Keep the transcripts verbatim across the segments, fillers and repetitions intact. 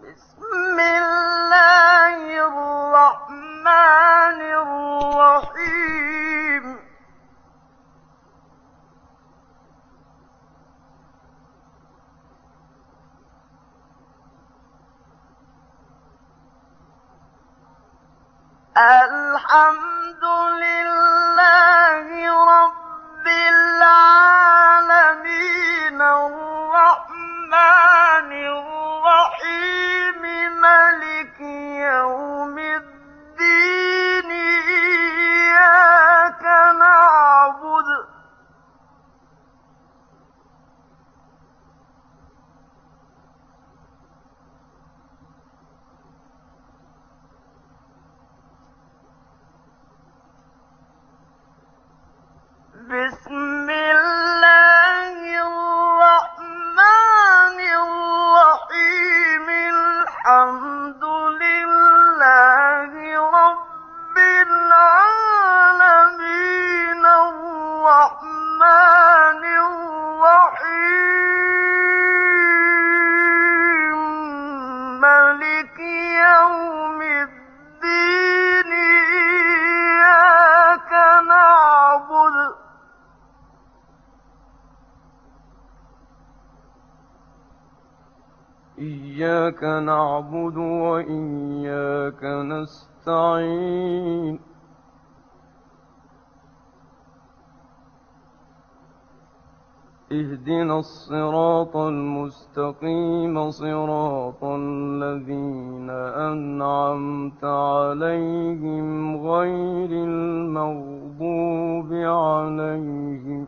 بسم الله الرحمن الرحيم الحمد لله رب العالمين الرحمن الرحيم مالك يوم الدين إياك نعبد بسم الله الرحمن الرحيم الحمد لله رب العالمين الرحمن الرحيم مالك يوم الدين إياك نعبد إياك نعبد وإياك نستعين اهدنا الصراط المستقيم صراط الذين أنعمت عليهم غير المغضوب عليهم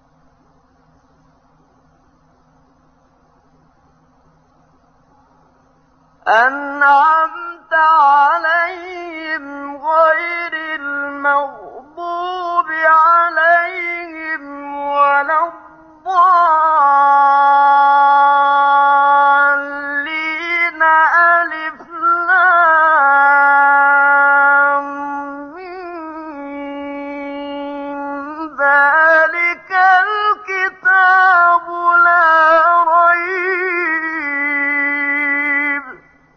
أنعمت عليهم غير المغضوب عليهم ولا الضالين ألف لام ميم ذلك الكتاب لا ريب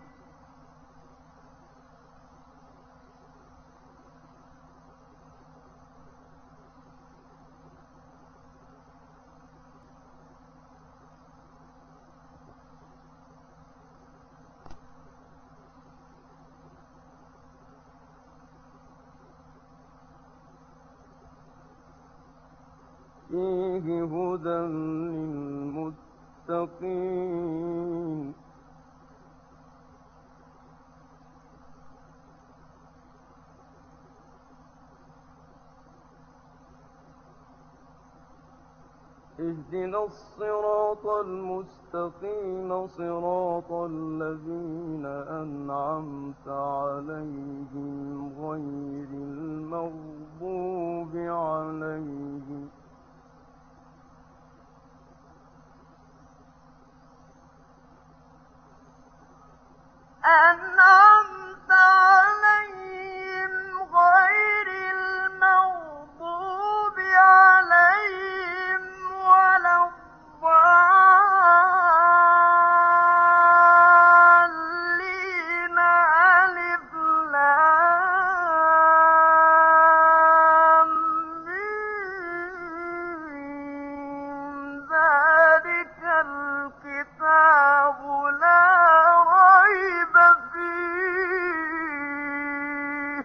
فيه هدى للمتقين اهدنا الصراط المستقيم صراط الذين أنعمت عليهم غير المغضوب عليهم أنعمت عليهم غير المغضوب عليهم ولا الضالين ألف لام ميم ذلك الكتاب لا ريب فيه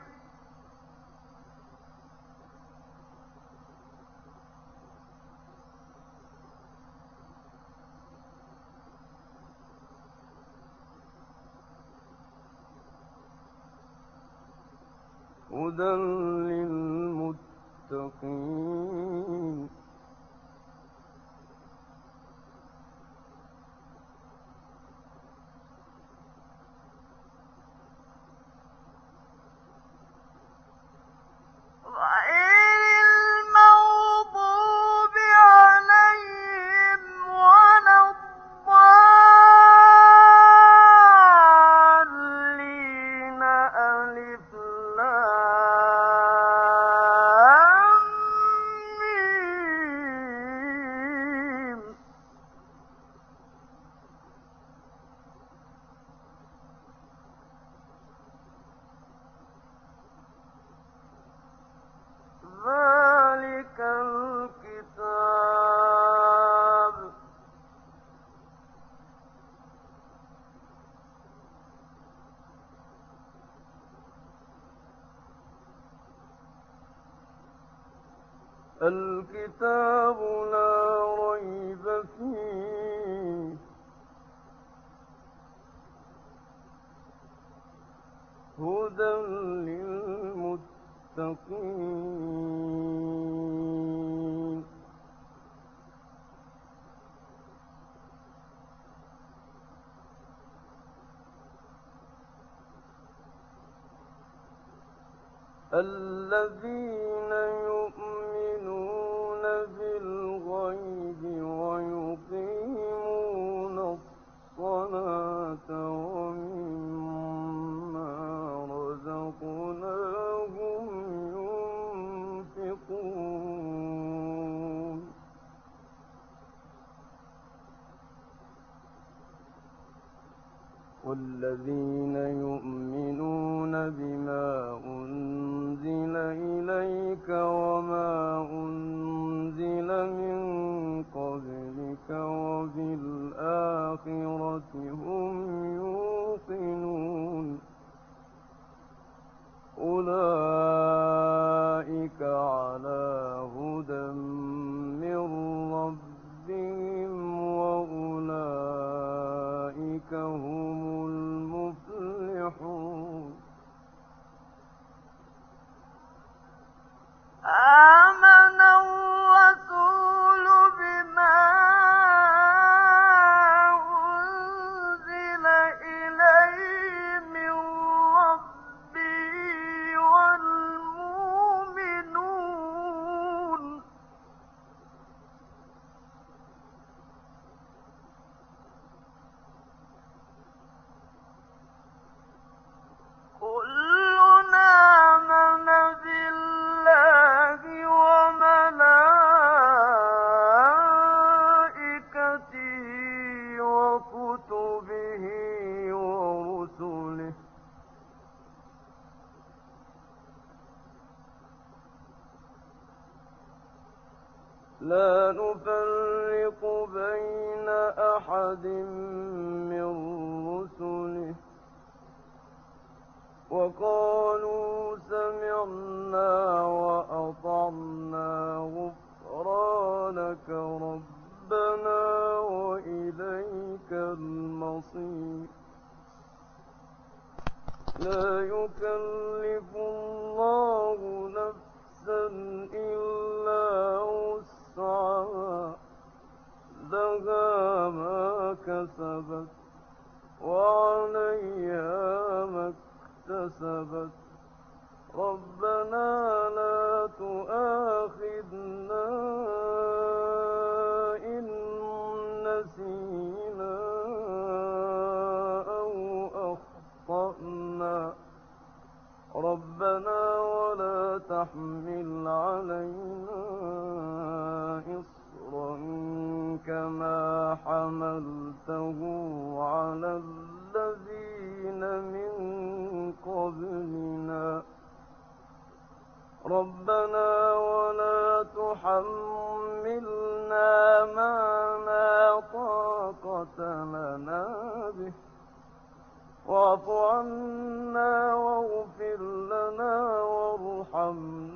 هدى للمتقين غير المغضوب عليهم ولا الضالين ألف لام ميم الكتاب لا ريب فيه هدى للمتقين الذين يؤمنون بالغيب ويقيمون الصلاة ومما رزقناهم ينفقون والذين يؤمنون بما أنزل إليك وما أنزل من قبلك وبالآخرة هم يوقنون أولئك على هدى من ربهم وأولئك هم المفلحون آمن الرسول بما أنزل إليه من ربه والمؤمنون كل آمن بالله وملائكته وكتبه ورسله لا نفرق بين أحد من رسله وقالوا سمعنا وأطعنا غفرانك ربنا وإليك المصير لا يكلف الله نفسا إلا وسعها لها ما كسبت وعليها ما اكتسبت ربنا لا تؤاخذنا إن نسينا أو أخطأنا ربنا ولا تحمل علينا إصرا كما حملته على الذين من قبلنا ربنا ولا تحملنا ما لا طاقة لنا به واعف عنا واغفر لنا وارحمنا